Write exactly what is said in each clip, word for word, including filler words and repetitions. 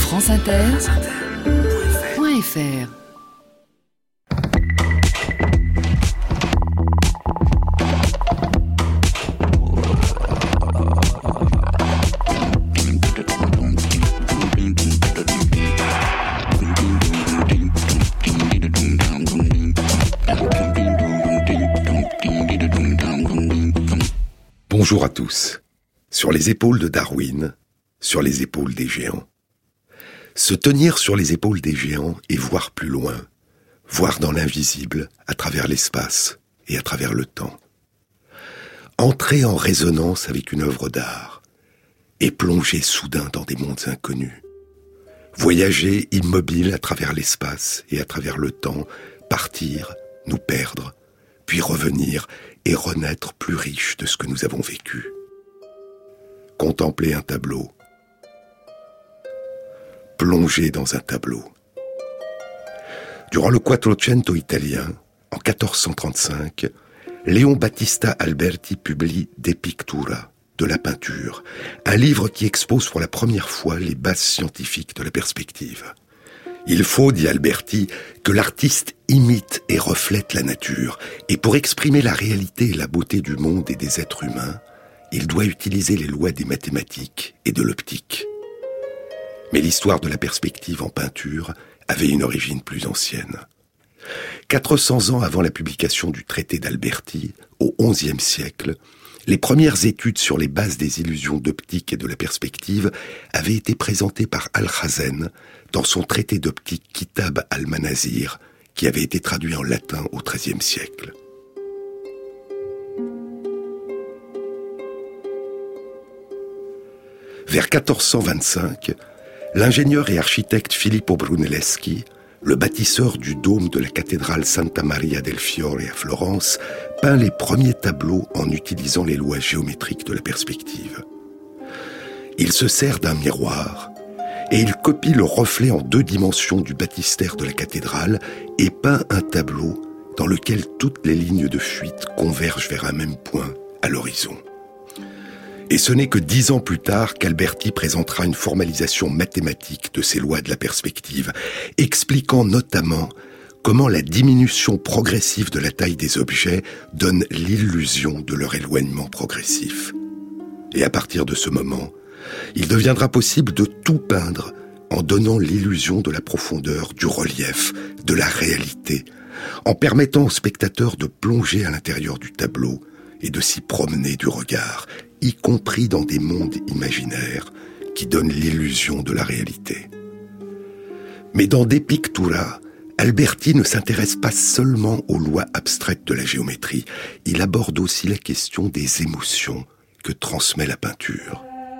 franceinter point f r. Bonjour à tous. Sur les épaules de Darwin, sur les épaules des géants. Se tenir sur les épaules des géants et voir plus loin, voir dans l'invisible, à travers l'espace et à travers le temps. Entrer en résonance avec une œuvre d'art et plonger soudain dans des mondes inconnus. Voyager immobile à travers l'espace et à travers le temps, partir, nous perdre, puis revenir et renaître plus riche de ce que nous avons vécu. Contempler un tableau. Plonger dans un tableau. Durant le Quattrocento italien, en quatorze cent trente-cinq, Leon Battista Alberti publie De Pictura, de la peinture, un livre qui expose pour la première fois les bases scientifiques de la perspective. Il faut, dit Alberti, que l'artiste imite et reflète la nature, et pour exprimer la réalité et la beauté du monde et des êtres humains, il doit utiliser les lois des mathématiques et de l'optique. Mais l'histoire de la perspective en peinture avait une origine plus ancienne. quatre cents ans avant la publication du traité d'Alberti, au onzième siècle, les premières études sur les bases des illusions d'optique et de la perspective avaient été présentées par Alhazen dans son traité d'optique Kitab al-Manazir, qui avait été traduit en latin au treizième siècle. Vers quatorze cent vingt-cinq, l'ingénieur et architecte Filippo Brunelleschi, le bâtisseur du dôme de la cathédrale Santa Maria del Fiore à Florence, peint les premiers tableaux en utilisant les lois géométriques de la perspective. Il se sert d'un miroir et il copie le reflet en deux dimensions du baptistère de la cathédrale et peint un tableau dans lequel toutes les lignes de fuite convergent vers un même point à l'horizon. Et ce n'est que dix ans plus tard qu'Alberti présentera une formalisation mathématique de ces lois de la perspective, expliquant notamment comment la diminution progressive de la taille des objets donne l'illusion de leur éloignement progressif. Et à partir de ce moment, il deviendra possible de tout peindre en donnant l'illusion de la profondeur, du relief, de la réalité, en permettant au spectateur de plonger à l'intérieur du tableau et de s'y promener du regard, y compris dans des mondes imaginaires qui donnent l'illusion de la réalité. Mais dans De Pictura, Alberti ne s'intéresse pas seulement aux lois abstraites de la géométrie, il aborde aussi la question des émotions que transmet la peinture.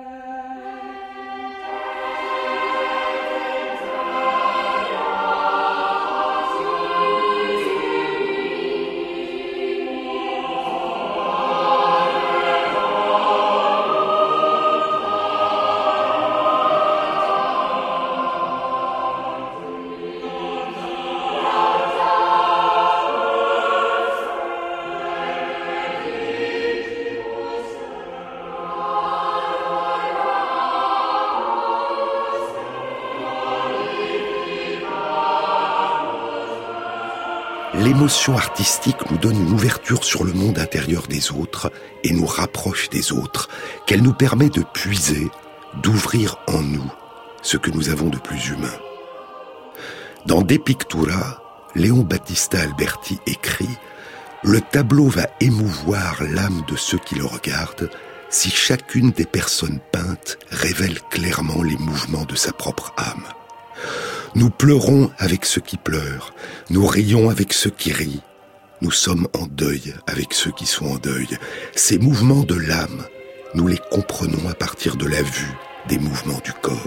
L'émotion artistique nous donne une ouverture sur le monde intérieur des autres et nous rapproche des autres, qu'elle nous permet de puiser, d'ouvrir en nous ce que nous avons de plus humain. Dans De Pictura, Leon Battista Alberti écrit « Le tableau va émouvoir l'âme de ceux qui le regardent si chacune des personnes peintes révèle clairement les mouvements de sa propre âme. Nous pleurons avec ceux qui pleurent, nous rions avec ceux qui rient, nous sommes en deuil avec ceux qui sont en deuil. Ces mouvements de l'âme, nous les comprenons à partir de la vue des mouvements du corps. »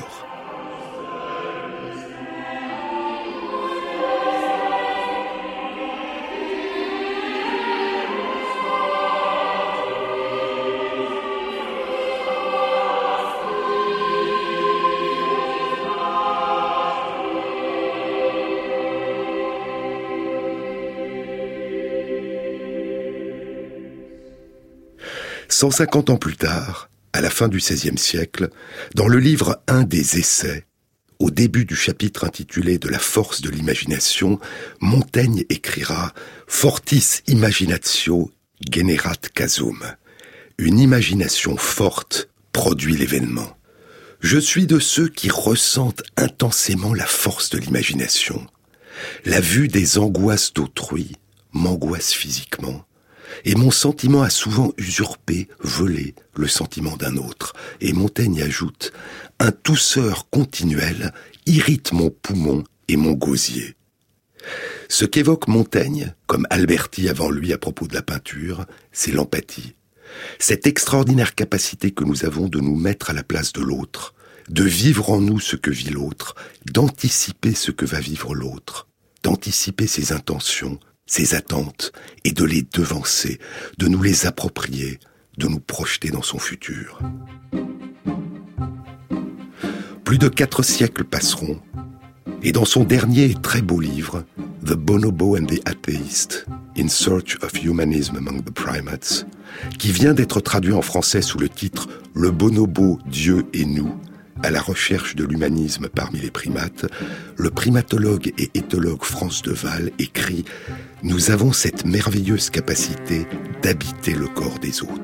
cent cinquante ans plus tard, à la fin du seizième siècle, dans le livre Un des essais, au début du chapitre intitulé « De la force de l'imagination », Montaigne écrira « Fortis imaginatio generat casum ». Une imagination forte produit l'événement. Je suis de ceux qui ressentent intensément la force de l'imagination. La vue des angoisses d'autrui m'angoisse physiquement, et mon sentiment a souvent usurpé, volé le sentiment d'un autre. Et Montaigne ajoute « Un tousseur continuel irrite mon poumon et mon gosier ». Ce qu'évoque Montaigne, comme Alberti avant lui à propos de la peinture, c'est l'empathie. Cette extraordinaire capacité que nous avons de nous mettre à la place de l'autre, de vivre en nous ce que vit l'autre, d'anticiper ce que va vivre l'autre, d'anticiper ses intentions, ses attentes, et de les devancer, de nous les approprier, de nous projeter dans son futur. Plus de quatre siècles passeront, et dans son dernier et très beau livre, The Bonobo and the Atheist, In Search of Humanism Among the Primates, qui vient d'être traduit en français sous le titre « Le bonobo, Dieu et nous », à la recherche de l'humanisme parmi les primates, le primatologue et éthologue Frans de Waal écrit « Nous avons cette merveilleuse capacité d'habiter le corps des autres ».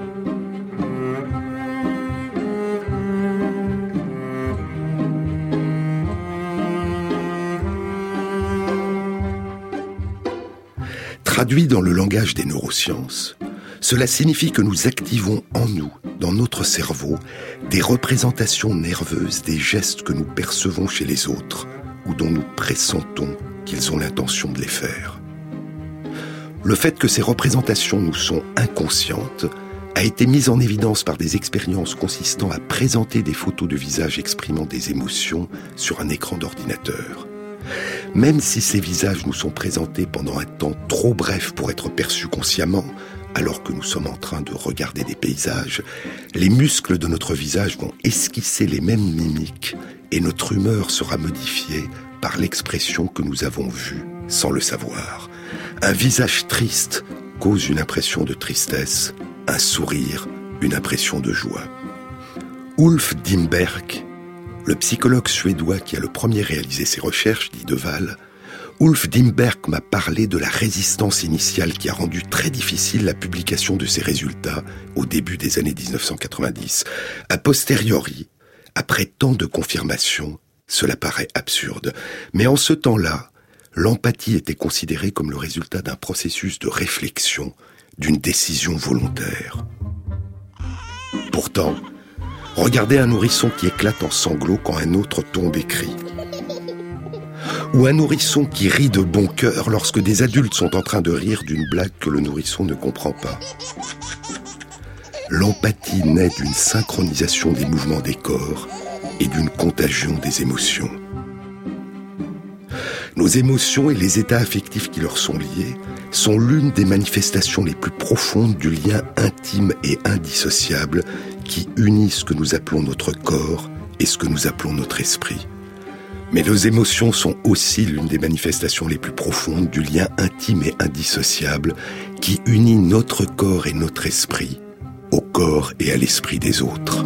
Traduit dans le langage des neurosciences, cela signifie que nous activons en nous, dans notre cerveau, des représentations nerveuses des gestes que nous percevons chez les autres ou dont nous pressentons qu'ils ont l'intention de les faire. Le fait que ces représentations nous sont inconscientes a été mis en évidence par des expériences consistant à présenter des photos de visages exprimant des émotions sur un écran d'ordinateur. Même si ces visages nous sont présentés pendant un temps trop bref pour être perçus consciemment, alors que nous sommes en train de regarder des paysages, les muscles de notre visage vont esquisser les mêmes mimiques et notre humeur sera modifiée par l'expression que nous avons vue sans le savoir. Un visage triste cause une impression de tristesse, un sourire, une impression de joie. Ulf Dimberg, le psychologue suédois qui a le premier réalisé ces recherches, dit de Waal, Ulf Dimberg m'a parlé de la résistance initiale qui a rendu très difficile la publication de ses résultats au début des années dix-neuf cent quatre-vingt-dix. A posteriori, après tant de confirmations, cela paraît absurde. Mais en ce temps-là, l'empathie était considérée comme le résultat d'un processus de réflexion, d'une décision volontaire. Pourtant, regardez un nourrisson qui éclate en sanglots quand un autre tombe et crie. Ou un nourrisson qui rit de bon cœur lorsque des adultes sont en train de rire d'une blague que le nourrisson ne comprend pas. L'empathie naît d'une synchronisation des mouvements des corps et d'une contagion des émotions. Nos émotions et les états affectifs qui leur sont liés sont l'une des manifestations les plus profondes du lien intime et indissociable qui unit ce que nous appelons notre corps et ce que nous appelons notre esprit. Mais nos émotions sont aussi l'une des manifestations les plus profondes du lien intime et indissociable qui unit notre corps et notre esprit au corps et à l'esprit des autres.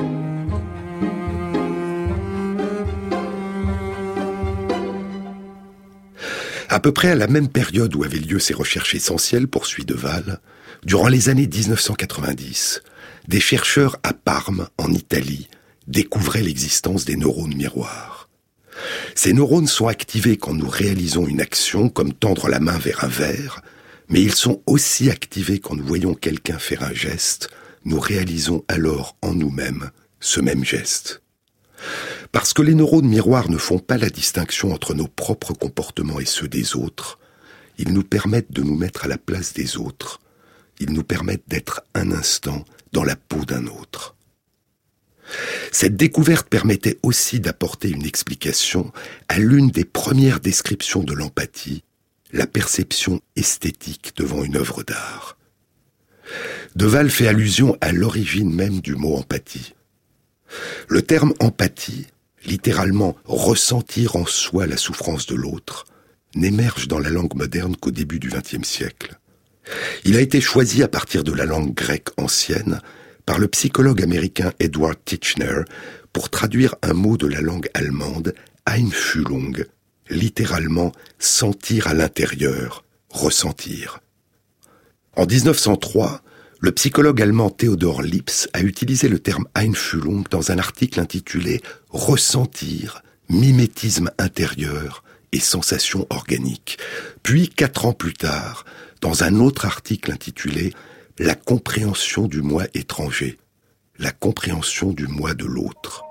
À peu près à la même période où avaient lieu ces recherches essentielles, poursuit de Waal, durant les années dix-neuf cent quatre-vingt-dix, des chercheurs à Parme, en Italie, découvraient l'existence des neurones miroirs. Ces neurones sont activés quand nous réalisons une action, comme tendre la main vers un verre, mais ils sont aussi activés quand nous voyons quelqu'un faire un geste, nous réalisons alors en nous-mêmes ce même geste. Parce que les neurones miroirs ne font pas la distinction entre nos propres comportements et ceux des autres, ils nous permettent de nous mettre à la place des autres, ils nous permettent d'être un instant dans la peau d'un autre. Cette découverte permettait aussi d'apporter une explication à l'une des premières descriptions de l'empathie, la perception esthétique devant une œuvre d'art. De Waal fait allusion à l'origine même du mot empathie. Le terme empathie, littéralement ressentir en soi la souffrance de l'autre, n'émerge dans la langue moderne qu'au début du vingtième siècle. Il a été choisi à partir de la langue grecque ancienne par le psychologue américain Edward Titchener pour traduire un mot de la langue allemande, Einfühlung, littéralement « sentir à l'intérieur », ressentir. En dix-neuf cent trois, le psychologue allemand Theodor Lipps a utilisé le terme Einfühlung dans un article intitulé « Ressentir, mimétisme intérieur et sensation organique ». Puis, quatre ans plus tard, dans un autre article intitulé « La compréhension du moi étranger », la compréhension du moi de l'autre.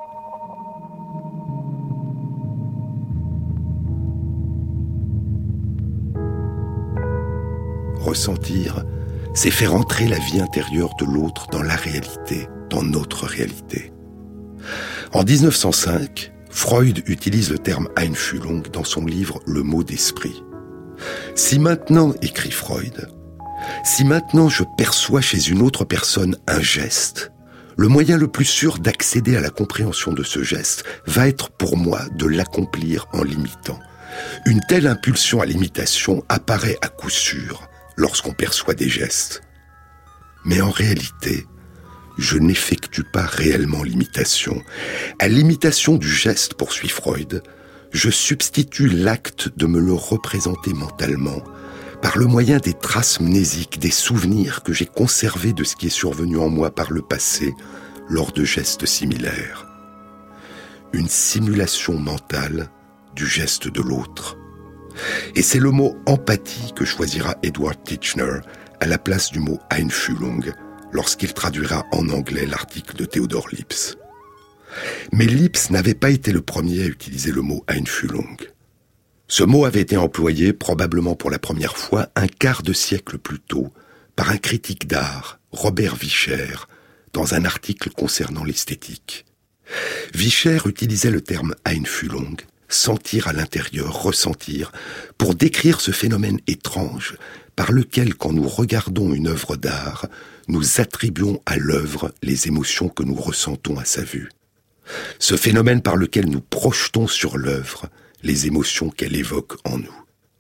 Ressentir, c'est faire entrer la vie intérieure de l'autre dans la réalité, dans notre réalité. En dix-neuf cent cinq, Freud utilise le terme Einfühlung dans son livre Le mot d'esprit. Si maintenant, écrit Freud, si maintenant je perçois chez une autre personne un geste, le moyen le plus sûr d'accéder à la compréhension de ce geste va être pour moi de l'accomplir en l'imitant. Une telle impulsion à l'imitation apparaît à coup sûr lorsqu'on perçoit des gestes. Mais en réalité, je n'effectue pas réellement l'imitation. À l'imitation du geste, poursuit Freud, je substitue l'acte de me le représenter mentalement par le moyen des traces mnésiques, des souvenirs que j'ai conservés de ce qui est survenu en moi par le passé lors de gestes similaires. Une simulation mentale du geste de l'autre. Et c'est le mot « empathie » que choisira Edward Titchener à la place du mot « Einfühlung » lorsqu'il traduira en anglais l'article de Theodor Lipps. Mais Lipps n'avait pas été le premier à utiliser le mot « Einfühlung ». Ce mot avait été employé, probablement pour la première fois, un quart de siècle plus tôt, par un critique d'art, Robert Vischer, dans un article concernant l'esthétique. Vischer utilisait le terme « Einfühlung », sentir à l'intérieur, ressentir, pour décrire ce phénomène étrange par lequel, quand nous regardons une œuvre d'art, nous attribuons à l'œuvre les émotions que nous ressentons à sa vue. Ce phénomène par lequel nous projetons sur l'œuvre les émotions qu'elle évoque en nous.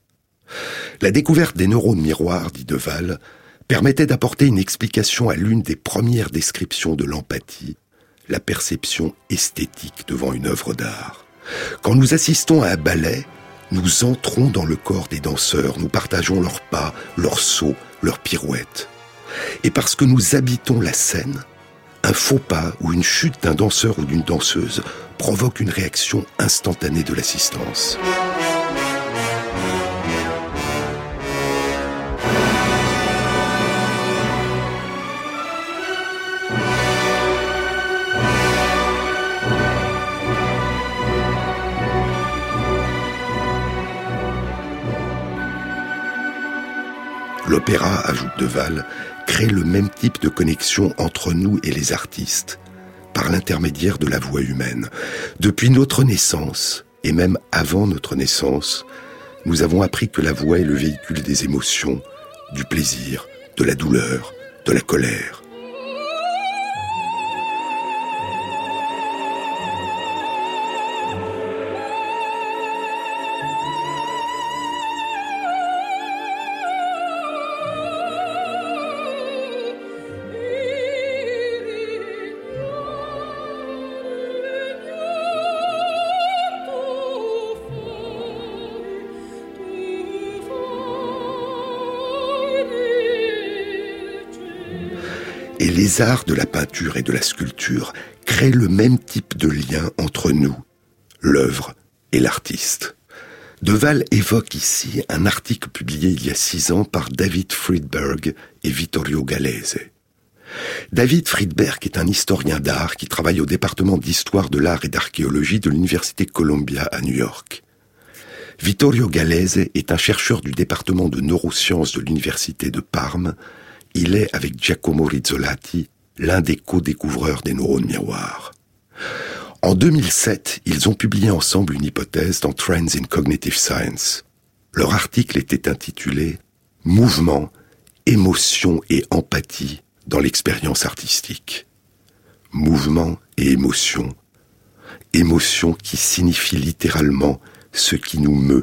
La découverte des neurones miroirs, dit Deval, permettait d'apporter une explication à l'une des premières descriptions de l'empathie, la perception esthétique devant une œuvre d'art. Quand nous assistons à un ballet, nous entrons dans le corps des danseurs, nous partageons leurs pas, leurs sauts, leurs pirouettes. Et parce que nous habitons la scène, un faux pas ou une chute d'un danseur ou d'une danseuse provoque une réaction instantanée de l'assistance. L'opéra, ajoute Deval, crée le même type de connexion entre nous et les artistes, par l'intermédiaire de la voix humaine. Depuis notre naissance, et même avant notre naissance, nous avons appris que la voix est le véhicule des émotions, du plaisir, de la douleur, de la colère. Et les arts de la peinture et de la sculpture créent le même type de lien entre nous, l'œuvre et l'artiste. Deval évoque ici un article publié il y a six ans par David Friedberg et Vittorio Gallese. David Friedberg est un historien d'art qui travaille au département d'histoire de l'art et d'archéologie de l'Université Columbia à New York. Vittorio Gallese est un chercheur du département de neurosciences de l'Université de Parme. Il est, avec Giacomo Rizzolatti, l'un des co-découvreurs des neurones miroirs. En deux mille sept, ils ont publié ensemble une hypothèse dans Trends in Cognitive Science. Leur article était intitulé « Mouvement, émotion et empathie dans l'expérience artistique ». Mouvement et émotion. Émotion qui signifie littéralement ce qui nous meut,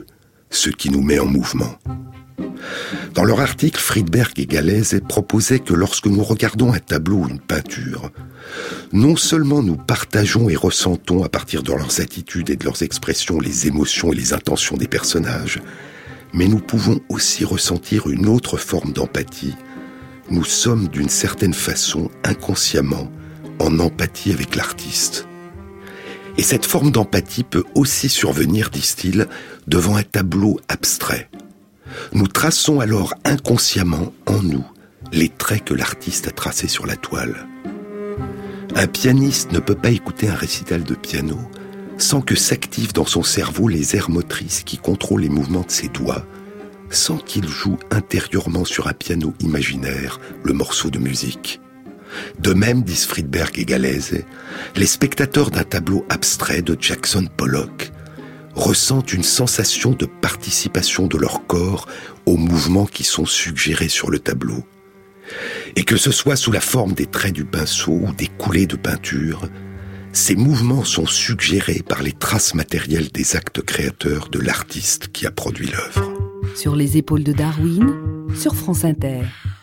ce qui nous met en mouvement. Dans leur article, Friedberg et Gallese proposaient que lorsque nous regardons un tableau ou une peinture, non seulement nous partageons et ressentons à partir de leurs attitudes et de leurs expressions les émotions et les intentions des personnages, mais nous pouvons aussi ressentir une autre forme d'empathie. Nous sommes d'une certaine façon, inconsciemment, en empathie avec l'artiste. Et cette forme d'empathie peut aussi survenir, disent-ils, devant un tableau abstrait. Nous traçons alors inconsciemment, en nous, les traits que l'artiste a tracés sur la toile. Un pianiste ne peut pas écouter un récital de piano sans que s'activent dans son cerveau les aires motrices qui contrôlent les mouvements de ses doigts, sans qu'il joue intérieurement sur un piano imaginaire le morceau de musique. De même, disent Friedberg et Gallese, les spectateurs d'un tableau abstrait de Jackson Pollock ressentent une sensation de participation de leur corps aux mouvements qui sont suggérés sur le tableau. Et que ce soit sous la forme des traits du pinceau ou des coulées de peinture, ces mouvements sont suggérés par les traces matérielles des actes créateurs de l'artiste qui a produit l'œuvre. Sur les épaules de Darwin, sur France Inter.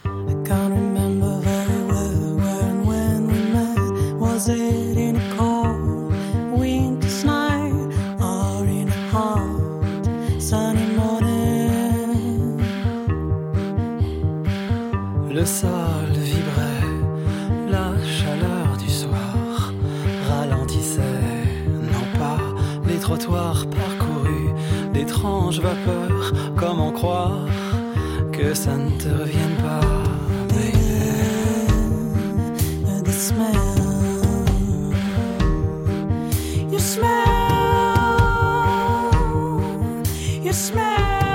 Le sol vibrait, la chaleur du soir ralentissait, non pas les trottoirs parcourus d'étranges vapeurs. Comment croire que ça ne te revienne pas, baby? The smell, you smell, you smell.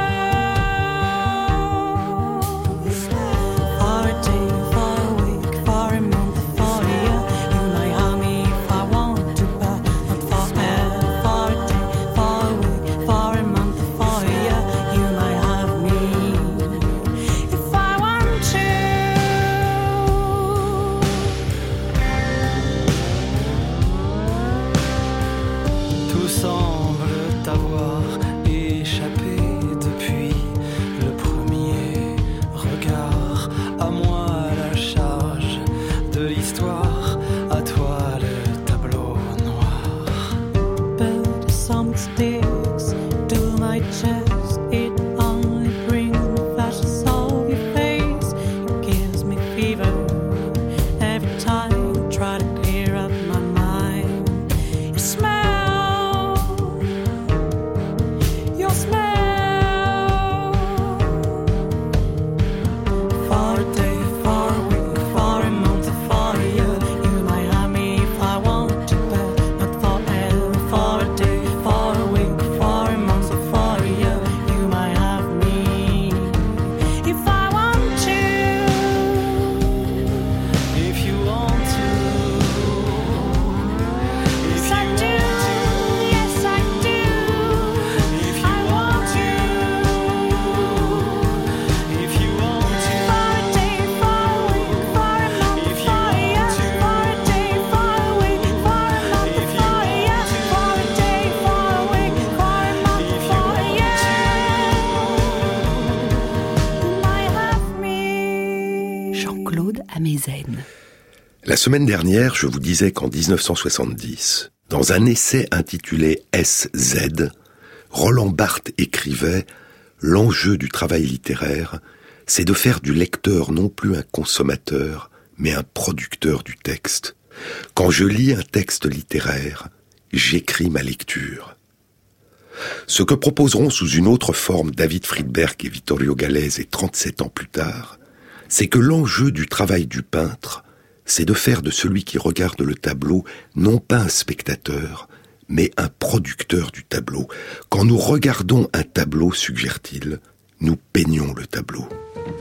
La semaine dernière, je vous disais qu'en dix-neuf cent soixante-dix, dans un essai intitulé S Z, Roland Barthes écrivait « L'enjeu du travail littéraire, c'est de faire du lecteur non plus un consommateur, mais un producteur du texte. Quand je lis un texte littéraire, j'écris ma lecture. » Ce que proposeront sous une autre forme David Friedberg et Vittorio Gallese trente-sept ans plus tard, c'est que l'enjeu du travail du peintre, c'est de faire de celui qui regarde le tableau non pas un spectateur, mais un producteur du tableau. Quand nous regardons un tableau, suggère-t-il, nous peignons le tableau.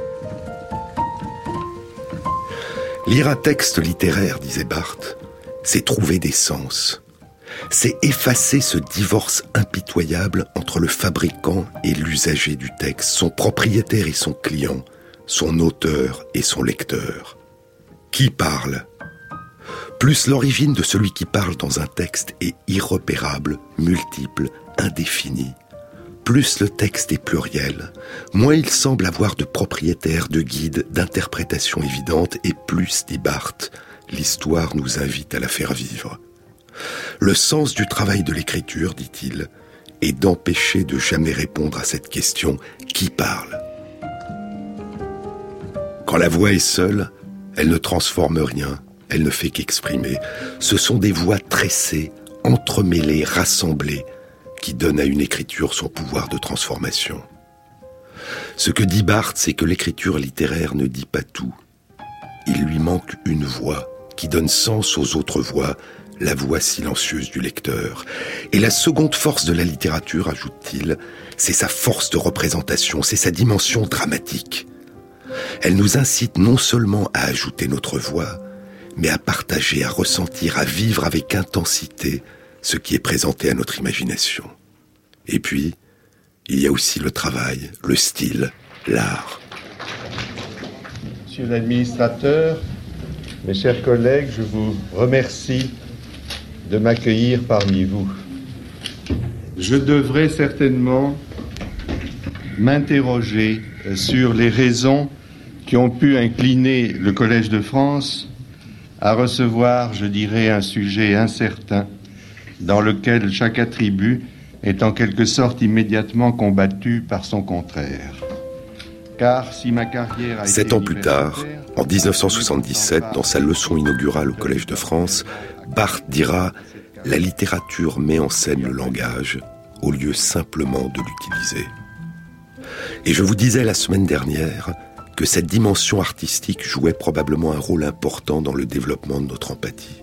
Lire un texte littéraire, disait Barthes, c'est trouver des sens. C'est effacer ce divorce impitoyable entre le fabricant et l'usager du texte, son propriétaire et son client, son auteur et son lecteur. Qui parle ? Plus l'origine de celui qui parle dans un texte est irrepérable, multiple, indéfinie, plus le texte est pluriel, moins il semble avoir de propriétaires, de guides, d'interprétations évidentes, et plus, dit Barthes, l'histoire nous invite à la faire vivre. Le sens du travail de l'écriture, dit-il, est d'empêcher de jamais répondre à cette question « qui parle ?» Quand la voix est seule, elle ne transforme rien, elle ne fait qu'exprimer. Ce sont des voix tressées, entremêlées, rassemblées, qui donnent à une écriture son pouvoir de transformation. Ce que dit Barthes, c'est que l'écriture littéraire ne dit pas tout. Il lui manque une voix qui donne sens aux autres voix, la voix silencieuse du lecteur. Et la seconde force de la littérature, ajoute-t-il, c'est sa force de représentation, c'est sa dimension dramatique. Elle nous incite non seulement à ajouter notre voix, mais à partager, à ressentir, à vivre avec intensité ce qui est présenté à notre imagination. Et puis, il y a aussi le travail, le style, l'art. Monsieur l'administrateur, mes chers collègues, je vous remercie de m'accueillir parmi vous. Je devrais certainement m'interroger sur les raisons qui ont pu incliner le Collège de France à recevoir, je dirais, un sujet incertain dans lequel chaque attribut est en quelque sorte immédiatement combattu par son contraire. Car si ma carrière a été Sept ans plus tard, en dix-neuf cent soixante-dix-sept, dans sa leçon inaugurale au Collège de France, Barthes dira « La littérature met en scène le langage au lieu simplement de l'utiliser ». Et je vous disais la semaine dernière que cette dimension artistique jouait probablement un rôle important dans le développement de notre empathie.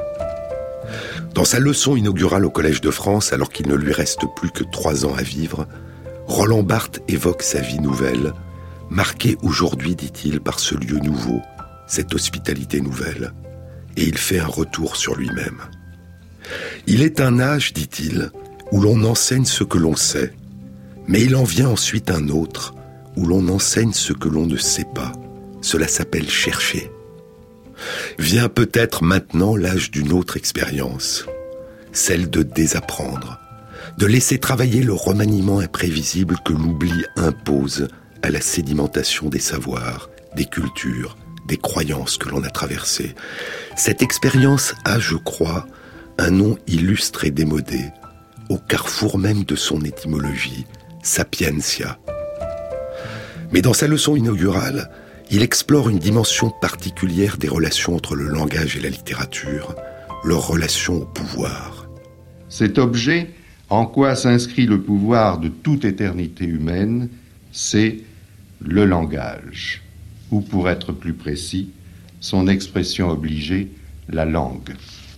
Dans sa leçon inaugurale au Collège de France, alors qu'il ne lui reste plus que trois ans à vivre, Roland Barthes évoque sa vie nouvelle, marquée aujourd'hui, dit-il, par ce lieu nouveau, cette hospitalité nouvelle, et il fait un retour sur lui-même. Il est un âge, dit-il, où l'on enseigne ce que l'on sait, mais il en vient ensuite un autre, où l'on enseigne ce que l'on ne sait pas. Cela s'appelle chercher. Vient peut-être maintenant l'âge d'une autre expérience, celle de désapprendre, de laisser travailler le remaniement imprévisible que l'oubli impose à la sédimentation des savoirs, des cultures, des croyances que l'on a traversées. Cette expérience a, je crois, un nom illustre et démodé, au carrefour même de son étymologie, sapientia. Mais dans sa leçon inaugurale, il explore une dimension particulière des relations entre le langage et la littérature, leur relation au pouvoir. Cet objet, en quoi s'inscrit le pouvoir de toute éternité humaine, c'est le langage, ou pour être plus précis, son expression obligée, la langue.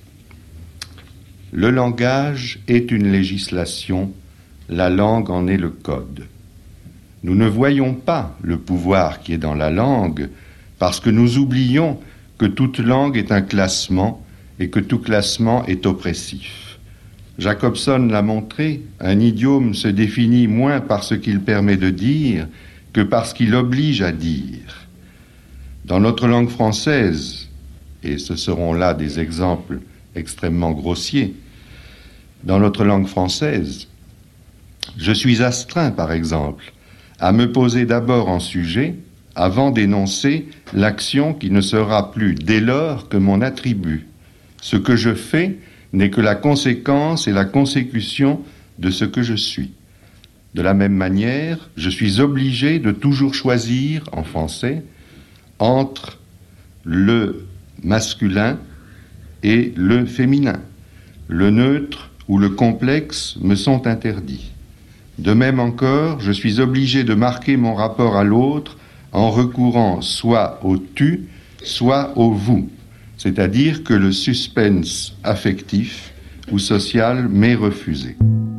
Le langage est une législation, la langue en est le code. Nous ne voyons pas le pouvoir qui est dans la langue parce que nous oublions que toute langue est un classement et que tout classement est oppressif. Jacobson l'a montré, un idiome se définit moins par ce qu'il permet de dire que par ce qu'il oblige à dire. Dans notre langue française, et ce seront là des exemples extrêmement grossiers, dans notre langue française, je suis astreint, par exemple, à me poser d'abord en sujet avant d'énoncer l'action qui ne sera plus dès lors que mon attribut. Ce que je fais n'est que la conséquence et la consécution de ce que je suis. De la même manière, je suis obligé de toujours choisir, en français, entre le masculin et le féminin. Le neutre ou le complexe me sont interdits. De même encore, je suis obligé de marquer mon rapport à l'autre en recourant soit au tu, soit au vous, c'est-à-dire que le suspense affectif ou social m'est refusé.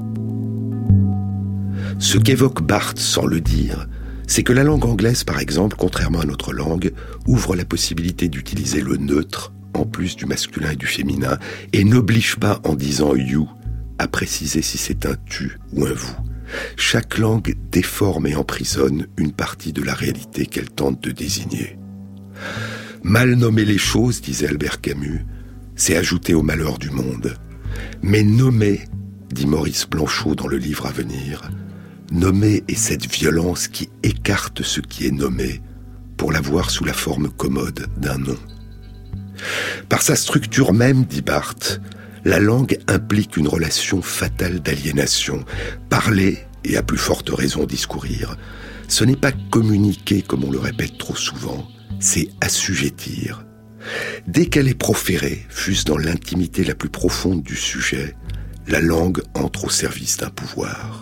Ce qu'évoque Barthes sans le dire, c'est que la langue anglaise, par exemple, contrairement à notre langue, ouvre la possibilité d'utiliser le neutre en plus du masculin et du féminin et n'oblige pas, en disant « you », à préciser si c'est un « tu » ou un « vous ». Chaque langue déforme et emprisonne une partie de la réalité qu'elle tente de désigner. Mal nommer les choses, disait Albert Camus, c'est ajouter au malheur du monde. Mais nommer, dit Maurice Blanchot dans le livre à venir, Nommer est cette violence qui écarte ce qui est nommé pour l'avoir sous la forme commode d'un nom. Par sa structure même, dit Barthes, la langue implique une relation fatale d'aliénation. Parler, et à plus forte raison discourir, ce n'est pas communiquer comme on le répète trop souvent, c'est assujettir. Dès qu'elle est proférée, fût-ce dans l'intimité la plus profonde du sujet, la langue entre au service d'un pouvoir.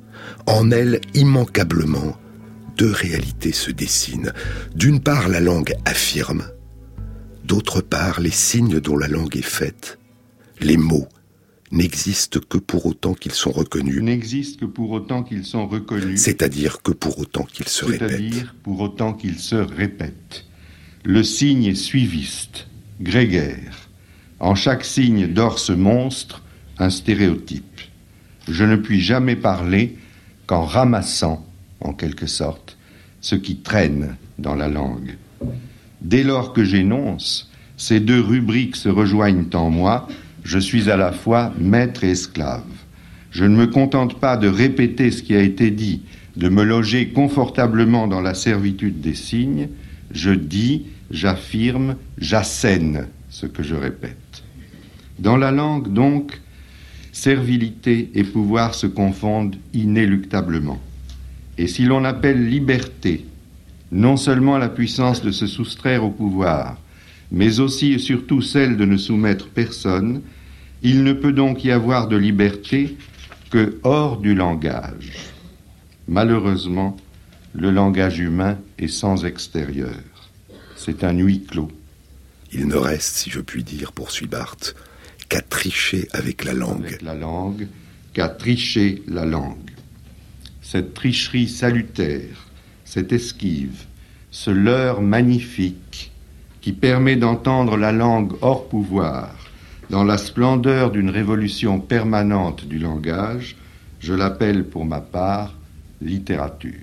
En elle, immanquablement, deux réalités se dessinent. D'une part, la langue affirme, d'autre part, les signes dont la langue est faite, les mots, n'existent que pour autant qu'ils sont reconnus. N'existent que pour autant qu'ils sont reconnus. C'est-à-dire que pour autant qu'ils se répètent. C'est-à-dire pour autant qu'ils se répètent. Le signe est suiviste, grégaire. En chaque signe dort ce monstre, un stéréotype. Je ne puis jamais parler qu'en ramassant, en quelque sorte, ce qui traîne dans la langue. Dès lors que j'énonce, ces deux rubriques se rejoignent en moi. Je suis à la fois maître et esclave. Je ne me contente pas de répéter ce qui a été dit, de me loger confortablement dans la servitude des signes. Je dis, j'affirme, j'assène ce que je répète. Dans la langue, donc, servilité et pouvoir se confondent inéluctablement. Et si l'on appelle liberté, non seulement la puissance de se soustraire au pouvoir, mais aussi et surtout celle de ne soumettre personne, il ne peut donc y avoir de liberté que hors du langage. Malheureusement, le langage humain est sans extérieur. C'est un huis clos. Il ne reste, si je puis dire, poursuit Barthes, qu'à tricher avec la langue. Avec la langue, qu'à tricher la langue. Cette tricherie salutaire, cette esquive, ce leurre magnifique qui permet d'entendre la langue hors pouvoir, dans la splendeur d'une révolution permanente du langage, je l'appelle pour ma part littérature.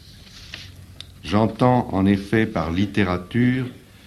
J'entends en effet par littérature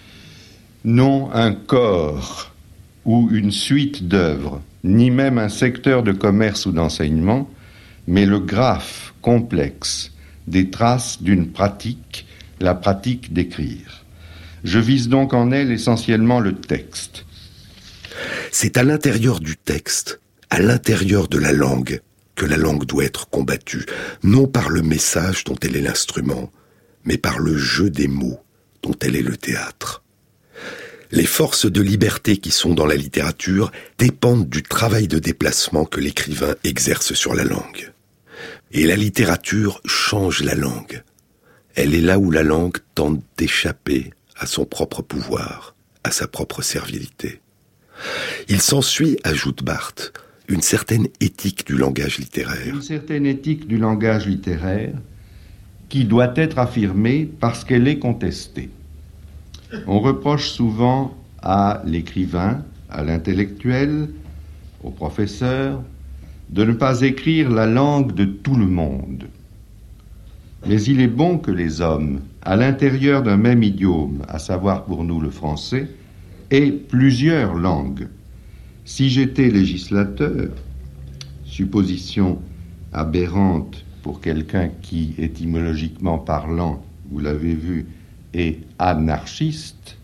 non un corps ou une suite d'œuvres, ni même un secteur de commerce ou d'enseignement, mais le graphe complexe des traces d'une pratique, la pratique d'écrire. Je vise donc en elle essentiellement le texte. C'est à l'intérieur du texte, à l'intérieur de la langue, que la langue doit être combattue, non par le message dont elle est l'instrument, mais par le jeu des mots dont elle est le théâtre. Les forces de liberté qui sont dans la littérature dépendent du travail de déplacement que l'écrivain exerce sur la langue. Et la littérature change la langue. Elle est là où la langue tente d'échapper à son propre pouvoir, à sa propre servilité. Il s'ensuit, ajoute Barthes, une certaine éthique du langage littéraire. Une certaine éthique du langage littéraire qui doit être affirmée parce qu'elle est contestée. On reproche souvent à l'écrivain, à l'intellectuel, au professeur, de ne pas écrire la langue de tout le monde. Mais il est bon que les hommes, à l'intérieur d'un même idiome, à savoir pour nous le français, aient plusieurs langues. Si j'étais législateur, supposition aberrante pour quelqu'un qui, étymologiquement parlant, vous l'avez vu, est anarchiste,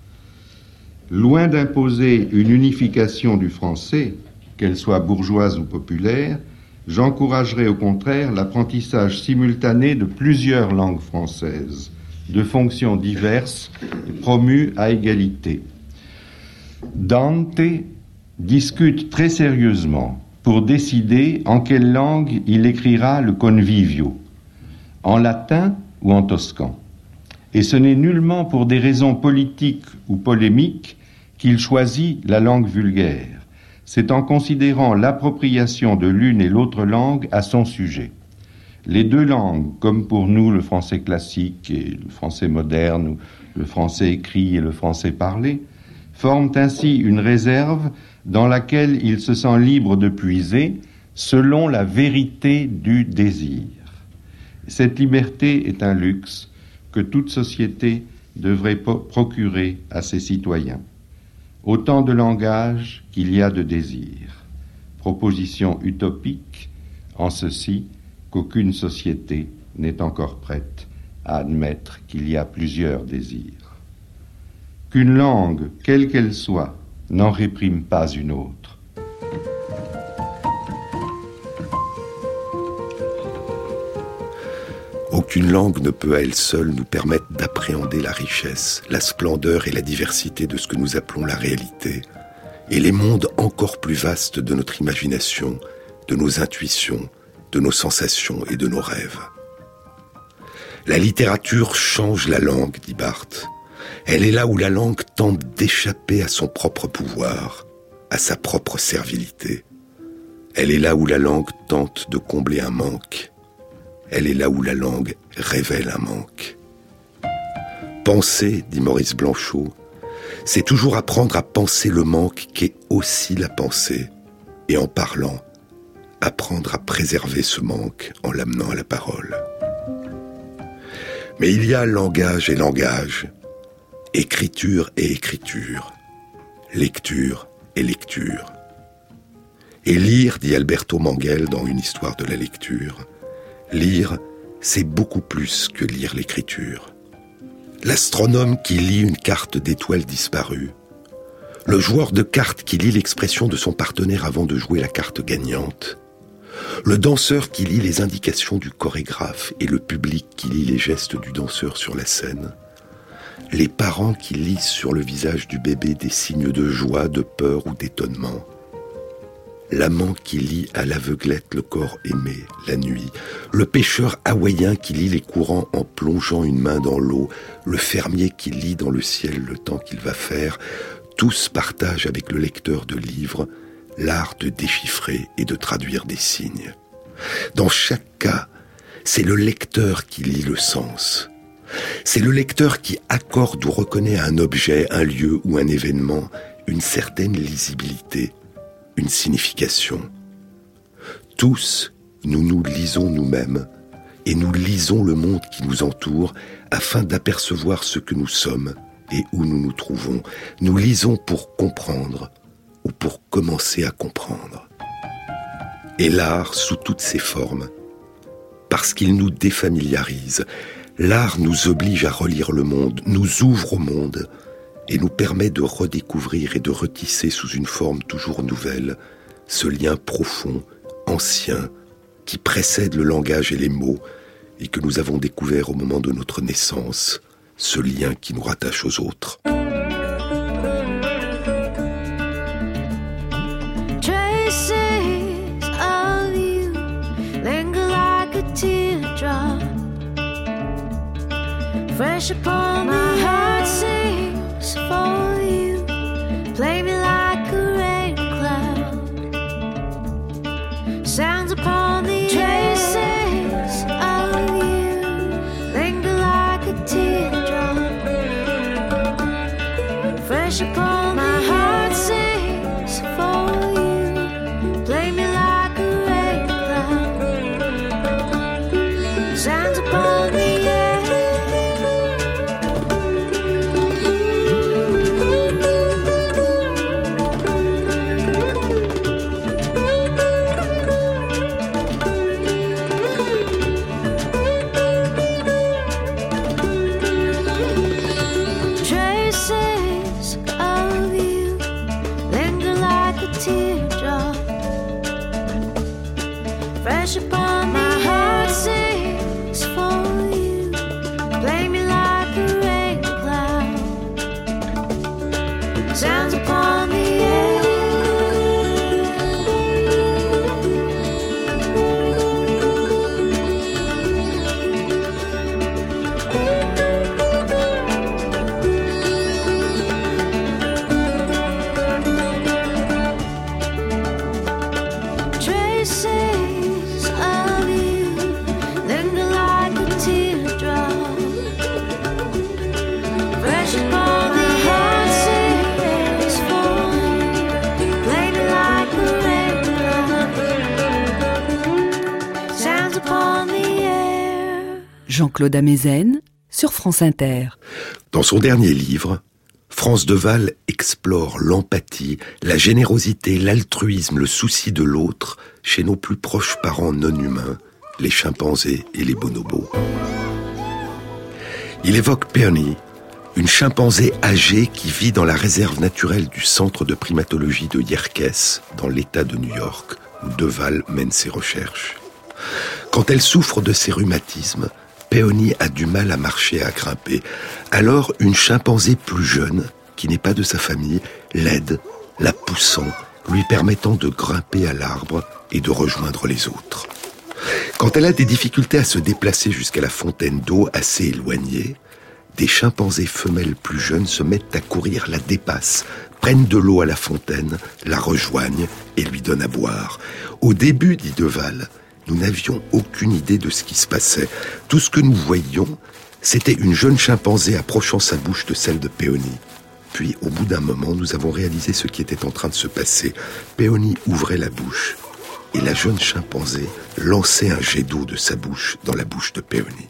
loin d'imposer une unification du français, qu'elle soit bourgeoise ou populaire, j'encouragerais au contraire l'apprentissage simultané de plusieurs langues françaises, de fonctions diverses et promues à égalité. Dante discute très sérieusement pour décider en quelle langue il écrira le Convivio, en latin ou en toscan. Et ce n'est nullement pour des raisons politiques ou polémiques qu'il choisit la langue vulgaire. C'est en considérant l'appropriation de l'une et l'autre langue à son sujet. Les deux langues, comme pour nous le français classique et le français moderne, ou le français écrit et le français parlé, forment ainsi une réserve dans laquelle il se sent libre de puiser selon la vérité du désir. Cette liberté est un luxe que toute société devrait po- procurer à ses citoyens. Autant de langage qu'il y a de désir. Proposition utopique, en ceci, qu'aucune société n'est encore prête à admettre qu'il y a plusieurs désirs. Qu'une langue, quelle qu'elle soit, n'en réprime pas une autre. Aucune langue ne peut à elle seule nous permettre d'appréhender la richesse, la splendeur et la diversité de ce que nous appelons la réalité, et les mondes encore plus vastes de notre imagination, de nos intuitions, de nos sensations et de nos rêves. La littérature change la langue, dit Barthes. Elle est là où la langue tente d'échapper à son propre pouvoir, à sa propre servilité. Elle est là où la langue tente de combler un manque. Elle est là où la langue révèle un manque. Penser, dit Maurice Blanchot, c'est toujours apprendre à penser le manque qu'est aussi la pensée, et en parlant, apprendre à préserver ce manque en l'amenant à la parole. Mais il y a langage et langage, écriture et écriture, lecture et lecture. Et lire, dit Alberto Manguel dans Une histoire de la lecture, lire, c'est beaucoup plus que lire l'écriture. L'astronome qui lit une carte d'étoiles disparues, le joueur de cartes qui lit l'expression de son partenaire avant de jouer la carte gagnante, le danseur qui lit les indications du chorégraphe et le public qui lit les gestes du danseur sur la scène, les parents qui lisent sur le visage du bébé des signes de joie, de peur ou d'étonnement, l'amant qui lit à l'aveuglette le corps aimé, la nuit, le pêcheur hawaïen qui lit les courants en plongeant une main dans l'eau, le fermier qui lit dans le ciel le temps qu'il va faire, tous partagent avec le lecteur de livres l'art de déchiffrer et de traduire des signes. Dans chaque cas, c'est le lecteur qui lit le sens. C'est le lecteur qui accorde ou reconnaît à un objet, un lieu ou un événement une certaine lisibilité, une signification. Tous, nous nous lisons nous-mêmes et nous lisons le monde qui nous entoure afin d'apercevoir ce que nous sommes et où nous nous trouvons. Nous lisons pour comprendre ou pour commencer à comprendre. Et l'art, sous toutes ses formes, parce qu'il nous défamiliarise, l'art nous oblige à relire le monde, nous ouvre au monde et nous permet de redécouvrir et de retisser sous une forme toujours nouvelle ce lien profond, ancien, qui précède le langage et les mots et que nous avons découvert au moment de notre naissance, ce lien qui nous rattache aux autres. Fresh upon my heart sings for you. Play me like a rain cloud. Sounds upon the traces of you. Linger like a teardrop. Fresh upon my heart sings for you. Play me like a rain cloud. Sounds upon the air. Fresh upon my heart sings for you. Play me like a rain cloud. Sounds upon the air. Traces of you linger like a teardrop. Fresh upon my heart sings for you. Play me like a rain cloud. Sounds upon the air. Jean-Claude Amezen sur France Inter. Dans son dernier livre, France Deval explore l'empathie, la générosité, l'altruisme, le souci de l'autre chez nos plus proches parents non humains, les chimpanzés et les bonobos. Il évoque Peony, une chimpanzé âgée qui vit dans la réserve naturelle du centre de primatologie de Yerkes, dans l'État de New York, où Deval mène ses recherches. Quand elle souffre de ses rhumatismes, Peony a du mal à marcher et à grimper. Alors, une chimpanzé plus jeune, qui n'est pas de sa famille, l'aide, la poussant, lui permettant de grimper à l'arbre et de rejoindre les autres. Quand elle a des difficultés à se déplacer jusqu'à la fontaine d'eau assez éloignée, des chimpanzés femelles plus jeunes se mettent à courir, la dépassent, prennent de l'eau à la fontaine, la rejoignent et lui donnent à boire. Au début, dit Deval, nous n'avions aucune idée de ce qui se passait. Tout ce que nous voyions, c'était une jeune chimpanzé approchant sa bouche de celle de Peony. Puis, au bout d'un moment, nous avons réalisé ce qui était en train de se passer. Peony ouvrait la bouche et la jeune chimpanzé lançait un jet d'eau de sa bouche dans la bouche de Peony.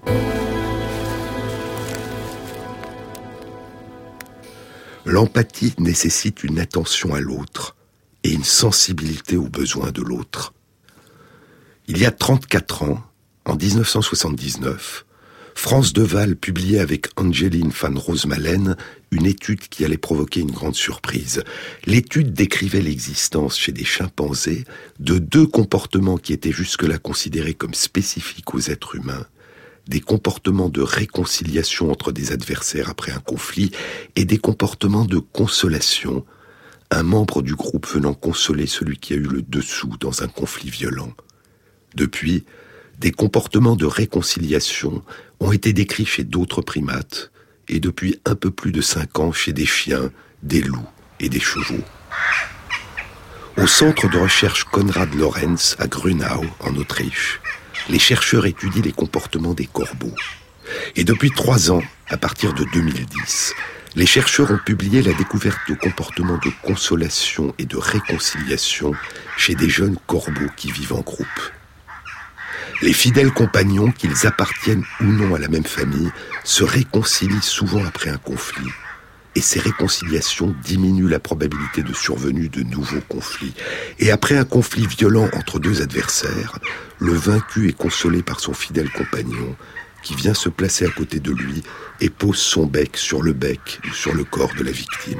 L'empathie nécessite une attention à l'autre et une sensibilité aux besoins de l'autre. Il y a trente-quatre ans, en dix-neuf cent soixante-dix-neuf, France Deval publiait avec Angeline van Roosmalen une étude qui allait provoquer une grande surprise. L'étude décrivait l'existence chez des chimpanzés de deux comportements qui étaient jusque-là considérés comme spécifiques aux êtres humains, des comportements de réconciliation entre des adversaires après un conflit et des comportements de consolation, un membre du groupe venant consoler celui qui a eu le dessous dans un conflit violent. Depuis, des comportements de réconciliation ont été décrits chez d'autres primates et depuis un peu plus de cinq ans chez des chiens, des loups et des chevaux. Au centre de recherche Konrad Lorenz à Grünau, en Autriche, les chercheurs étudient les comportements des corbeaux. Et depuis trois ans, à partir de deux mille dix, les chercheurs ont publié la découverte de comportements de consolation et de réconciliation chez des jeunes corbeaux qui vivent en groupe. Les fidèles compagnons, qu'ils appartiennent ou non à la même famille, se réconcilient souvent après un conflit. Et ces réconciliations diminuent la probabilité de survenue de nouveaux conflits. Et après un conflit violent entre deux adversaires, le vaincu est consolé par son fidèle compagnon, qui vient se placer à côté de lui et pose son bec sur le bec ou sur le corps de la victime.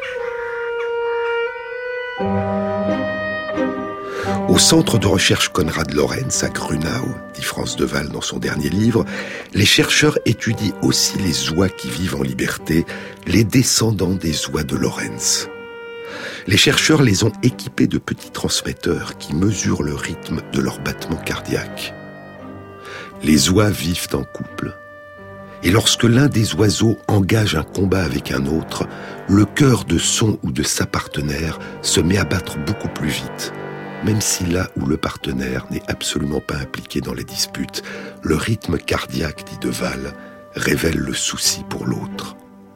Au centre de recherche Konrad Lorenz à Grünau, dit France Deval dans son dernier livre, les chercheurs étudient aussi les oies qui vivent en liberté, les descendants des oies de Lorenz. Les chercheurs les ont équipés de petits transmetteurs qui mesurent le rythme de leur battement cardiaque. Les oies vivent en couple. Et lorsque l'un des oiseaux engage un combat avec un autre, le cœur de son ou de sa partenaire se met à battre beaucoup plus vite. Même si là où le partenaire n'est absolument pas impliqué dans les disputes, le rythme cardiaque, dit Deval, révèle le souci pour l'autre.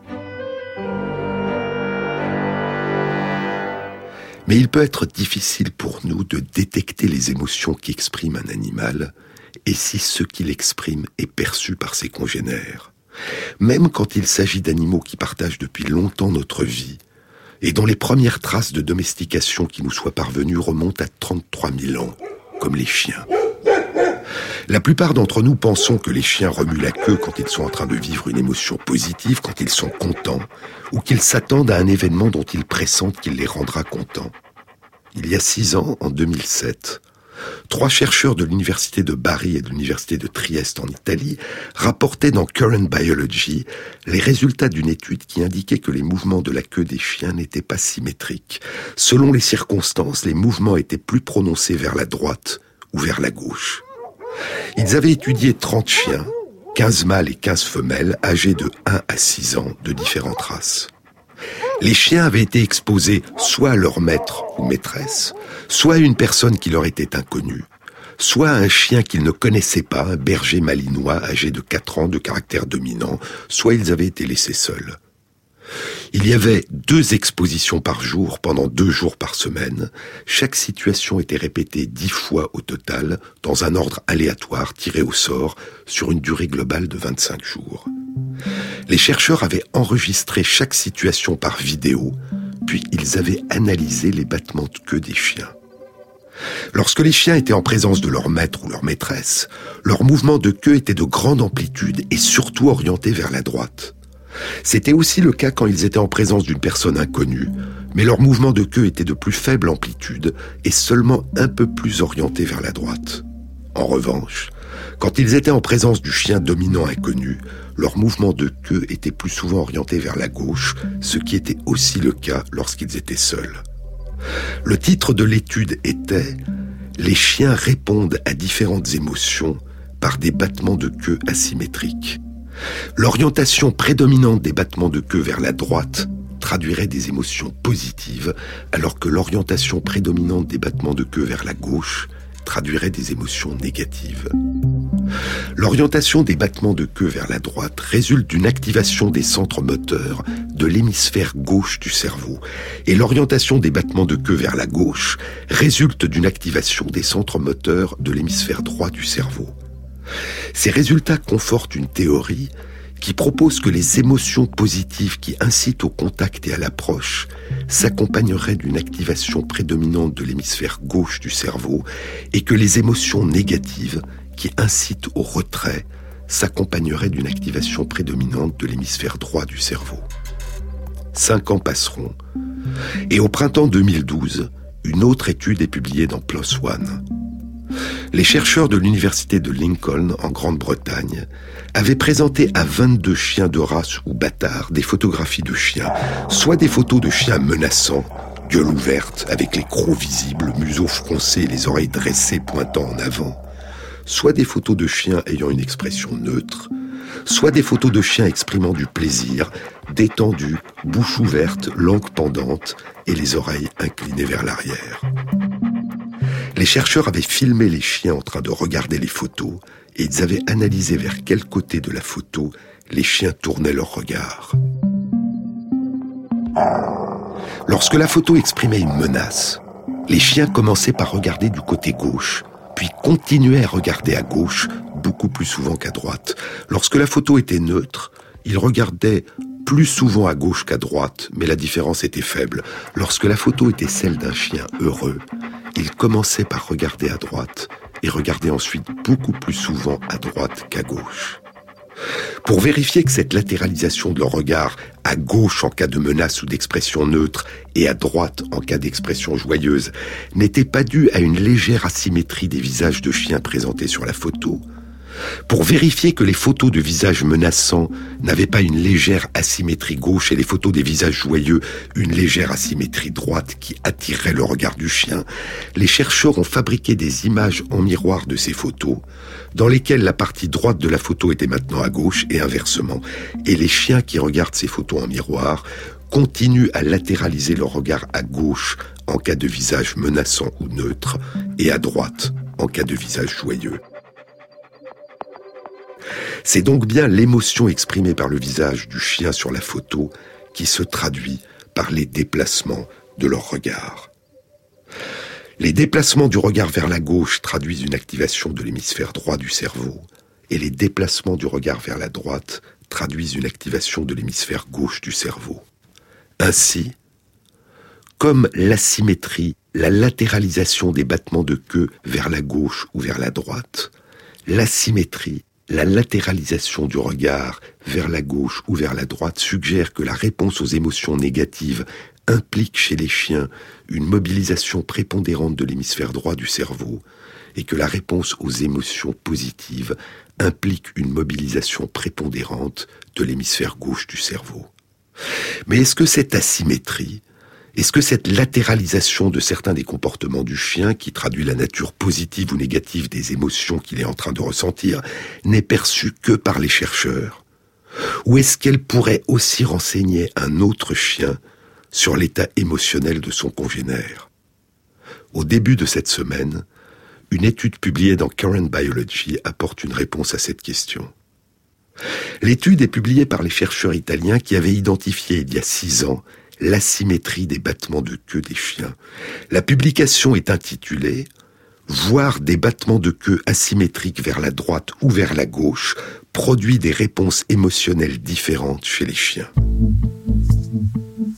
Mais il peut être difficile pour nous de détecter les émotions qu'exprime un animal, et si ce qu'il exprime est perçu par ses congénères. Même quand il s'agit d'animaux qui partagent depuis longtemps notre vie, et dont les premières traces de domestication qui nous soient parvenues remontent à trente-trois mille ans, comme les chiens. La plupart d'entre nous pensons que les chiens remuent la queue quand ils sont en train de vivre une émotion positive, quand ils sont contents, ou qu'ils s'attendent à un événement dont ils pressentent qu'il les rendra contents. Il y a six ans, en deux mille sept, trois chercheurs de l'université de Bari et de l'université de Trieste en Italie rapportaient dans Current Biology les résultats d'une étude qui indiquait que les mouvements de la queue des chiens n'étaient pas symétriques. Selon les circonstances, les mouvements étaient plus prononcés vers la droite ou vers la gauche. Ils avaient étudié trente chiens, quinze mâles et quinze femelles, âgés de un à six ans, de différentes races. Les chiens avaient été exposés soit à leur maître ou maîtresse, soit à une personne qui leur était inconnue, soit à un chien qu'ils ne connaissaient pas, un berger malinois âgé de quatre ans de caractère dominant, soit ils avaient été laissés seuls. Il y avait deux expositions par jour pendant deux jours par semaine. Chaque situation était répétée dix fois au total, dans un ordre aléatoire tiré au sort, sur une durée globale de vingt-cinq jours. Les chercheurs avaient enregistré chaque situation par vidéo, puis ils avaient analysé les battements de queue des chiens. Lorsque les chiens étaient en présence de leur maître ou leur maîtresse, leur mouvement de queue était de grande amplitude et surtout orienté vers la droite. C'était aussi le cas quand ils étaient en présence d'une personne inconnue, mais leur mouvement de queue était de plus faible amplitude et seulement un peu plus orienté vers la droite. En revanche, quand ils étaient en présence du chien dominant inconnu, leur mouvement de queue était plus souvent orienté vers la gauche, ce qui était aussi le cas lorsqu'ils étaient seuls. Le titre de l'étude était « Les chiens répondent à différentes émotions par des battements de queue asymétriques ». L'orientation prédominante des battements de queue vers la droite traduirait des émotions positives, alors que l'orientation prédominante des battements de queue vers la gauche traduirait des émotions négatives. L'orientation des battements de queue vers la droite résulte d'une activation des centres moteurs de l'hémisphère gauche du cerveau, et l'orientation des battements de queue vers la gauche résulte d'une activation des centres moteurs de l'hémisphère droit du cerveau. Ces résultats confortent une théorie qui propose que les émotions positives qui incitent au contact et à l'approche s'accompagneraient d'une activation prédominante de l'hémisphère gauche du cerveau et que les émotions négatives qui incitent au retrait s'accompagneraient d'une activation prédominante de l'hémisphère droit du cerveau. Cinq ans passeront, et au printemps deux mille douze, une autre étude est publiée dans PLOS ONE. Les chercheurs de l'université de Lincoln, en Grande-Bretagne, avaient présenté à vingt-deux chiens de race ou bâtards des photographies de chiens, soit des photos de chiens menaçants, gueule ouverte, avec les crocs visibles, museau froncé et les oreilles dressées pointant en avant, soit des photos de chiens ayant une expression neutre, soit des photos de chiens exprimant du plaisir, détendus, bouche ouverte, langue pendante et les oreilles inclinées vers l'arrière. Les chercheurs avaient filmé les chiens en train de regarder les photos et ils avaient analysé vers quel côté de la photo les chiens tournaient leur regard. Lorsque la photo exprimait une menace, les chiens commençaient par regarder du côté gauche, puis continuaient à regarder à gauche, beaucoup plus souvent qu'à droite. Lorsque la photo était neutre, ils regardaient plus souvent à gauche qu'à droite, mais la différence était faible. Lorsque la photo était celle d'un chien heureux, ils commençaient par regarder à droite et regardaient ensuite beaucoup plus souvent à droite qu'à gauche. Pour vérifier que cette latéralisation de leur regard à gauche en cas de menace ou d'expression neutre et à droite en cas d'expression joyeuse n'était pas due à une légère asymétrie des visages de chiens présentés sur la photo, pour vérifier que les photos de visages menaçants n'avaient pas une légère asymétrie gauche et les photos des visages joyeux une légère asymétrie droite qui attirerait le regard du chien, les chercheurs ont fabriqué des images en miroir de ces photos, dans lesquelles la partie droite de la photo était maintenant à gauche et inversement, et les chiens qui regardent ces photos en miroir continuent à latéraliser leur regard à gauche en cas de visage menaçant ou neutre, et à droite en cas de visage joyeux. C'est donc bien l'émotion exprimée par le visage du chien sur la photo qui se traduit par les déplacements de leur regard. Les déplacements du regard vers la gauche traduisent une activation de l'hémisphère droit du cerveau, et les déplacements du regard vers la droite traduisent une activation de l'hémisphère gauche du cerveau. Ainsi, comme l'asymétrie, la latéralisation des battements de queue vers la gauche ou vers la droite, l'asymétrie, la latéralisation du regard vers la gauche ou vers la droite suggère que la réponse aux émotions négatives implique chez les chiens une mobilisation prépondérante de l'hémisphère droit du cerveau et que la réponse aux émotions positives implique une mobilisation prépondérante de l'hémisphère gauche du cerveau. Mais est-ce que cette asymétrie, est-ce que cette latéralisation de certains des comportements du chien, qui traduit la nature positive ou négative des émotions qu'il est en train de ressentir, n'est perçue que par les chercheurs? Ou est-ce qu'elle pourrait aussi renseigner un autre chien sur l'état émotionnel de son congénère? Au début de cette semaine, une étude publiée dans Current Biology apporte une réponse à cette question. L'étude est publiée par les chercheurs italiens qui avaient identifié il y a six ans l'asymétrie des battements de queue des chiens. La publication est intitulée « Voir des battements de queue asymétriques vers la droite ou vers la gauche produit des réponses émotionnelles différentes chez les chiens ».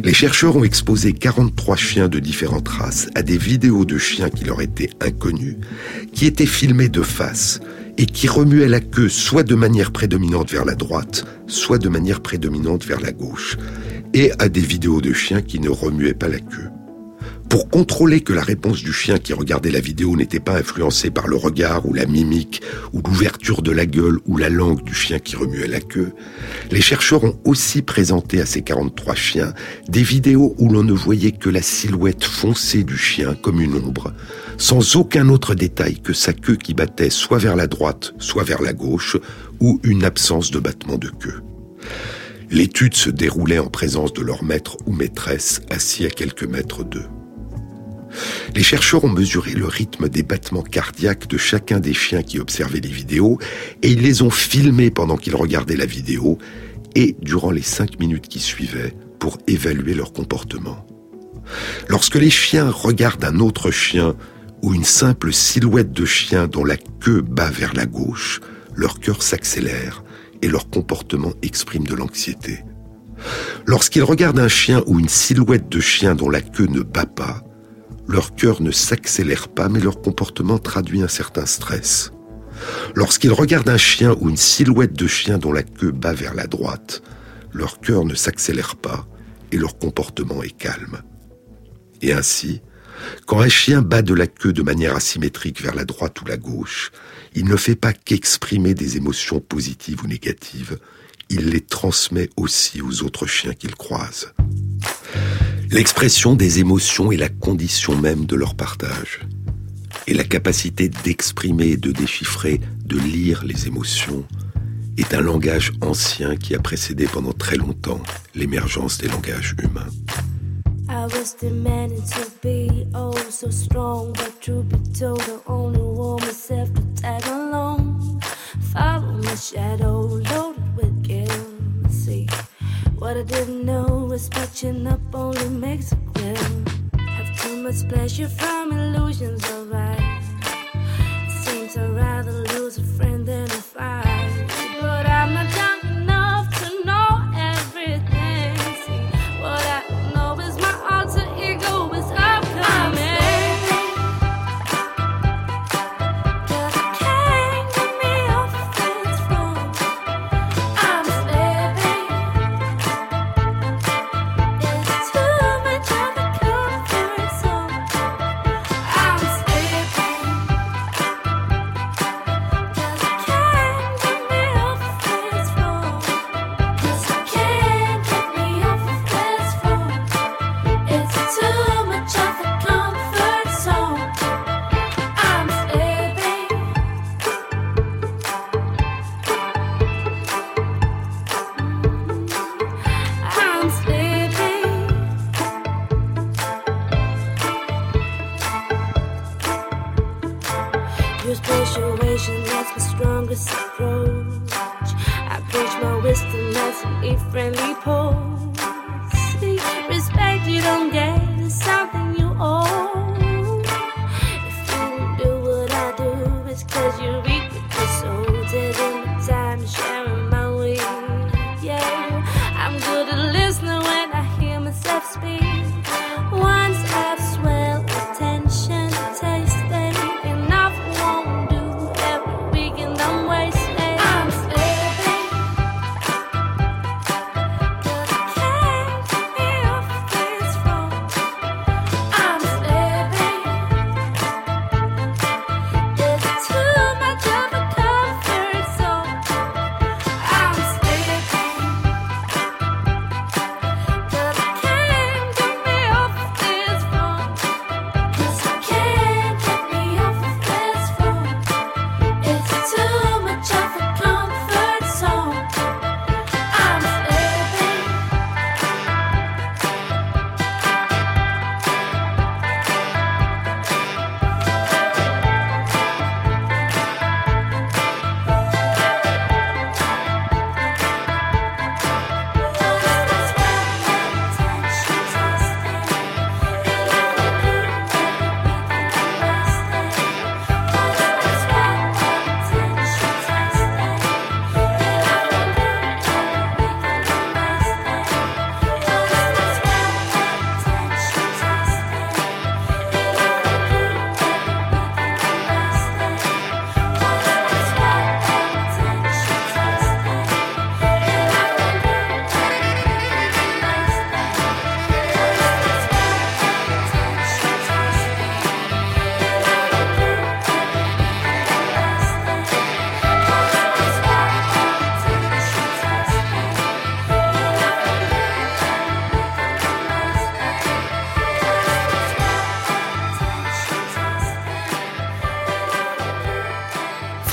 Les chercheurs ont exposé quarante-trois chiens de différentes races à des vidéos de chiens qui leur étaient inconnus, qui étaient filmés de face et qui remuaient la queue soit de manière prédominante vers la droite, soit de manière prédominante vers la gauche, et à des vidéos de chiens qui ne remuaient pas la queue. Pour contrôler que la réponse du chien qui regardait la vidéo n'était pas influencée par le regard ou la mimique ou l'ouverture de la gueule ou la langue du chien qui remuait la queue, les chercheurs ont aussi présenté à ces quarante-trois chiens des vidéos où l'on ne voyait que la silhouette foncée du chien comme une ombre, sans aucun autre détail que sa queue qui battait soit vers la droite, soit vers la gauche, ou une absence de battement de queue. L'étude se déroulait en présence de leur maître ou maîtresse assis à quelques mètres d'eux. Les chercheurs ont mesuré le rythme des battements cardiaques de chacun des chiens qui observaient les vidéos et ils les ont filmés pendant qu'ils regardaient la vidéo et durant les cinq minutes qui suivaient pour évaluer leur comportement. Lorsque les chiens regardent un autre chien ou une simple silhouette de chien dont la queue bat vers la gauche, leur cœur s'accélère et leur comportement exprime de l'anxiété. Lorsqu'ils regardent un chien ou une silhouette de chien dont la queue ne bat pas, leur cœur ne s'accélère pas, mais leur comportement traduit un certain stress. Lorsqu'ils regardent un chien ou une silhouette de chien dont la queue bat vers la droite, leur cœur ne s'accélère pas et leur comportement est calme. Et ainsi, quand un chien bat de la queue de manière asymétrique vers la droite ou la gauche, il ne fait pas qu'exprimer des émotions positives ou négatives, il les transmet aussi aux autres chiens qu'il croise. L'expression des émotions est la condition même de leur partage. Et la capacité d'exprimer, de déchiffrer, de lire les émotions est un langage ancien qui a précédé pendant très longtemps l'émergence des langages humains. I was demanding to be oh so strong, but truth be told, I only want myself to tag along. Follow my shadow, loaded with guilt. See, what I didn't know was patching up only makes it clear. Have too much pleasure from illusions of life. It seems I'd rather lose a friend than a fight. But I'm not young enough to know everything. See, what I know is my alter ego is upcoming. Persuasion, that's my strongest approach. I preach my wisdom, that's an e-friendly pose. See, respect you don't get is something you owe. If you don't do what I do, it's cause you're weak with your soul. Taking the time, sharing my way. Yeah, I'm good at listening when I hear myself speak. Once I've swelled attention, tasting enough won't do. I'm wasting. I'm sleeping. Cause I can't get me off this phone. I'm sleeping.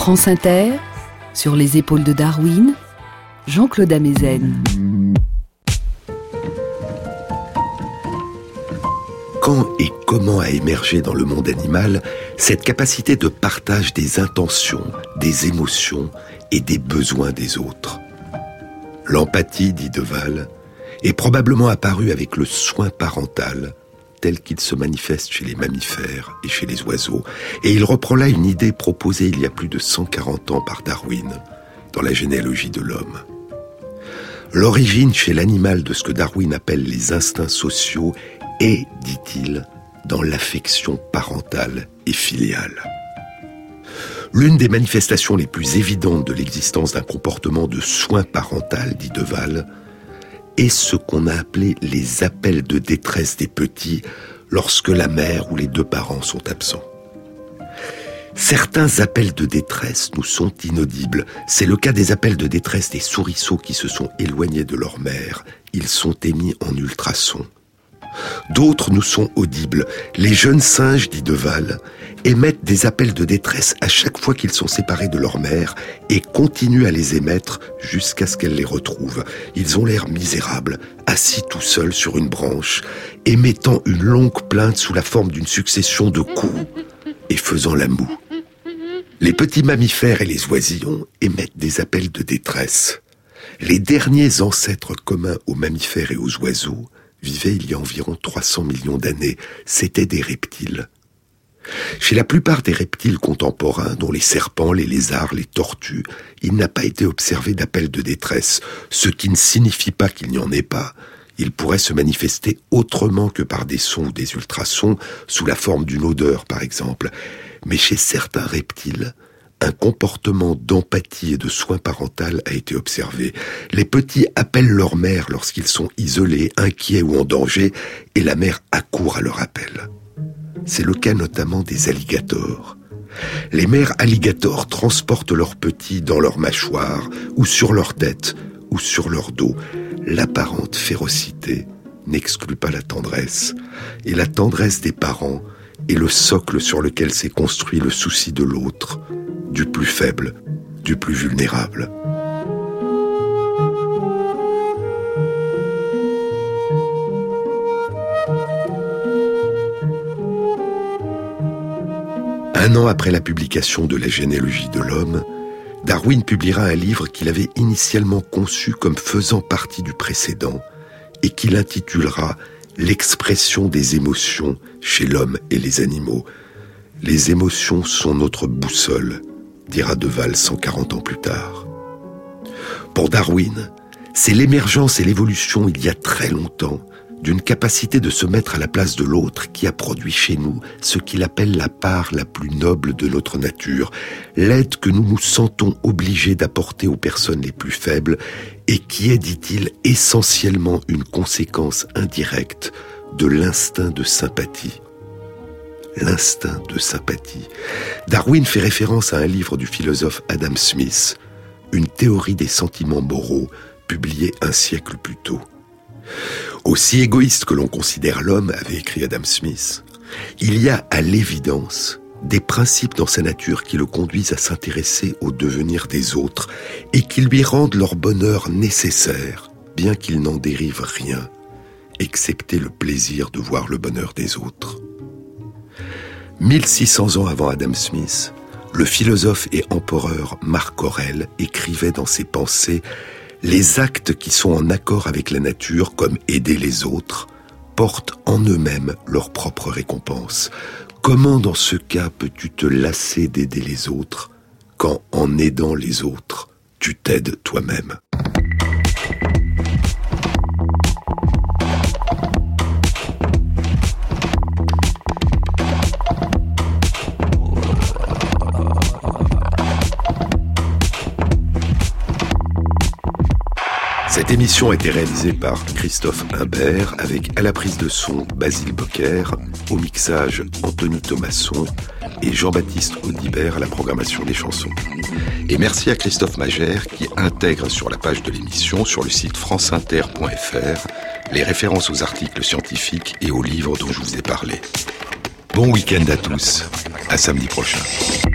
France Inter, sur les épaules de Darwin, Jean-Claude Amezen. Quand et comment a émergé dans le monde animal cette capacité de partage des intentions, des émotions et des besoins des autres? L'empathie, dit Deval, est probablement apparue avec le soin parental, tel qu'il se manifeste chez les mammifères et chez les oiseaux. Et il reprend là une idée proposée il y a plus de cent quarante ans par Darwin, dans la généalogie de l'homme. L'origine chez l'animal de ce que Darwin appelle les instincts sociaux est, dit-il, dans l'affection parentale et filiale. L'une des manifestations les plus évidentes de l'existence d'un comportement de soin parental, dit Deval, est ce qu'on a appelé les appels de détresse des petits lorsque la mère ou les deux parents sont absents. Certains appels de détresse nous sont inaudibles. C'est le cas des appels de détresse des souriceaux qui se sont éloignés de leur mère. Ils sont émis en ultrasons. D'autres nous sont audibles. Les jeunes singes, dit Deval, émettent des appels de détresse à chaque fois qu'ils sont séparés de leur mère et continuent à les émettre jusqu'à ce qu'elle les retrouve. Ils ont l'air misérables, assis tout seuls sur une branche, émettant une longue plainte sous la forme d'une succession de coups et faisant la moue. Les petits mammifères et les oisillons émettent des appels de détresse. Les derniers ancêtres communs aux mammifères et aux oiseaux vivaient il y a environ trois cents millions d'années. C'étaient des reptiles. Chez la plupart des reptiles contemporains, dont les serpents, les lézards, les tortues, il n'a pas été observé d'appel de détresse, ce qui ne signifie pas qu'il n'y en ait pas. Il pourrait se manifester autrement que par des sons ou des ultrasons, sous la forme d'une odeur par exemple. Mais chez certains reptiles, un comportement d'empathie et de soin parental a été observé. Les petits appellent leur mère lorsqu'ils sont isolés, inquiets ou en danger, et la mère accourt à leur appel. C'est le cas notamment des alligators. Les mères alligators transportent leurs petits dans leur mâchoire, ou sur leur tête, ou sur leur dos. L'apparente férocité n'exclut pas la tendresse, et la tendresse des parents est le socle sur lequel s'est construit le souci de l'autre, du plus faible, du plus vulnérable. Un an après la publication de la généalogie de l'homme, Darwin publiera un livre qu'il avait initialement conçu comme faisant partie du précédent et qu'il intitulera « L'expression des émotions chez l'homme et les animaux ». Les émotions sont notre boussole, dira Deval cent quarante ans plus tard. Pour Darwin, c'est l'émergence et l'évolution il y a très longtemps d'une capacité de se mettre à la place de l'autre qui a produit chez nous ce qu'il appelle la part la plus noble de notre nature, l'aide que nous nous sentons obligés d'apporter aux personnes les plus faibles et qui est, dit-il, essentiellement une conséquence indirecte de l'instinct de sympathie. L'instinct de sympathie. Darwin fait référence à un livre du philosophe Adam Smith, Une théorie des sentiments moraux, publié un siècle plus tôt. Aussi égoïste que l'on considère l'homme, avait écrit Adam Smith, il y a à l'évidence des principes dans sa nature qui le conduisent à s'intéresser au devenir des autres et qui lui rendent leur bonheur nécessaire, bien qu'il n'en dérive rien, excepté le plaisir de voir le bonheur des autres. mille six cents ans avant Adam Smith, le philosophe et empereur Marc Aurèle écrivait dans ses pensées « Les actes qui sont en accord avec la nature, comme aider les autres, portent en eux-mêmes leur propre récompense. Comment dans ce cas peux-tu te lasser d'aider les autres quand, en aidant les autres, tu t'aides toi-même » Cette émission a été réalisée par Christophe Imbert avec à la prise de son Basile Bocquer, au mixage Anthony Thomasson et Jean-Baptiste Audibert à la programmation des chansons. Et merci à Christophe Magère qui intègre sur la page de l'émission sur le site franceinter point f r les références aux articles scientifiques et aux livres dont je vous ai parlé. Bon week-end à tous, à samedi prochain.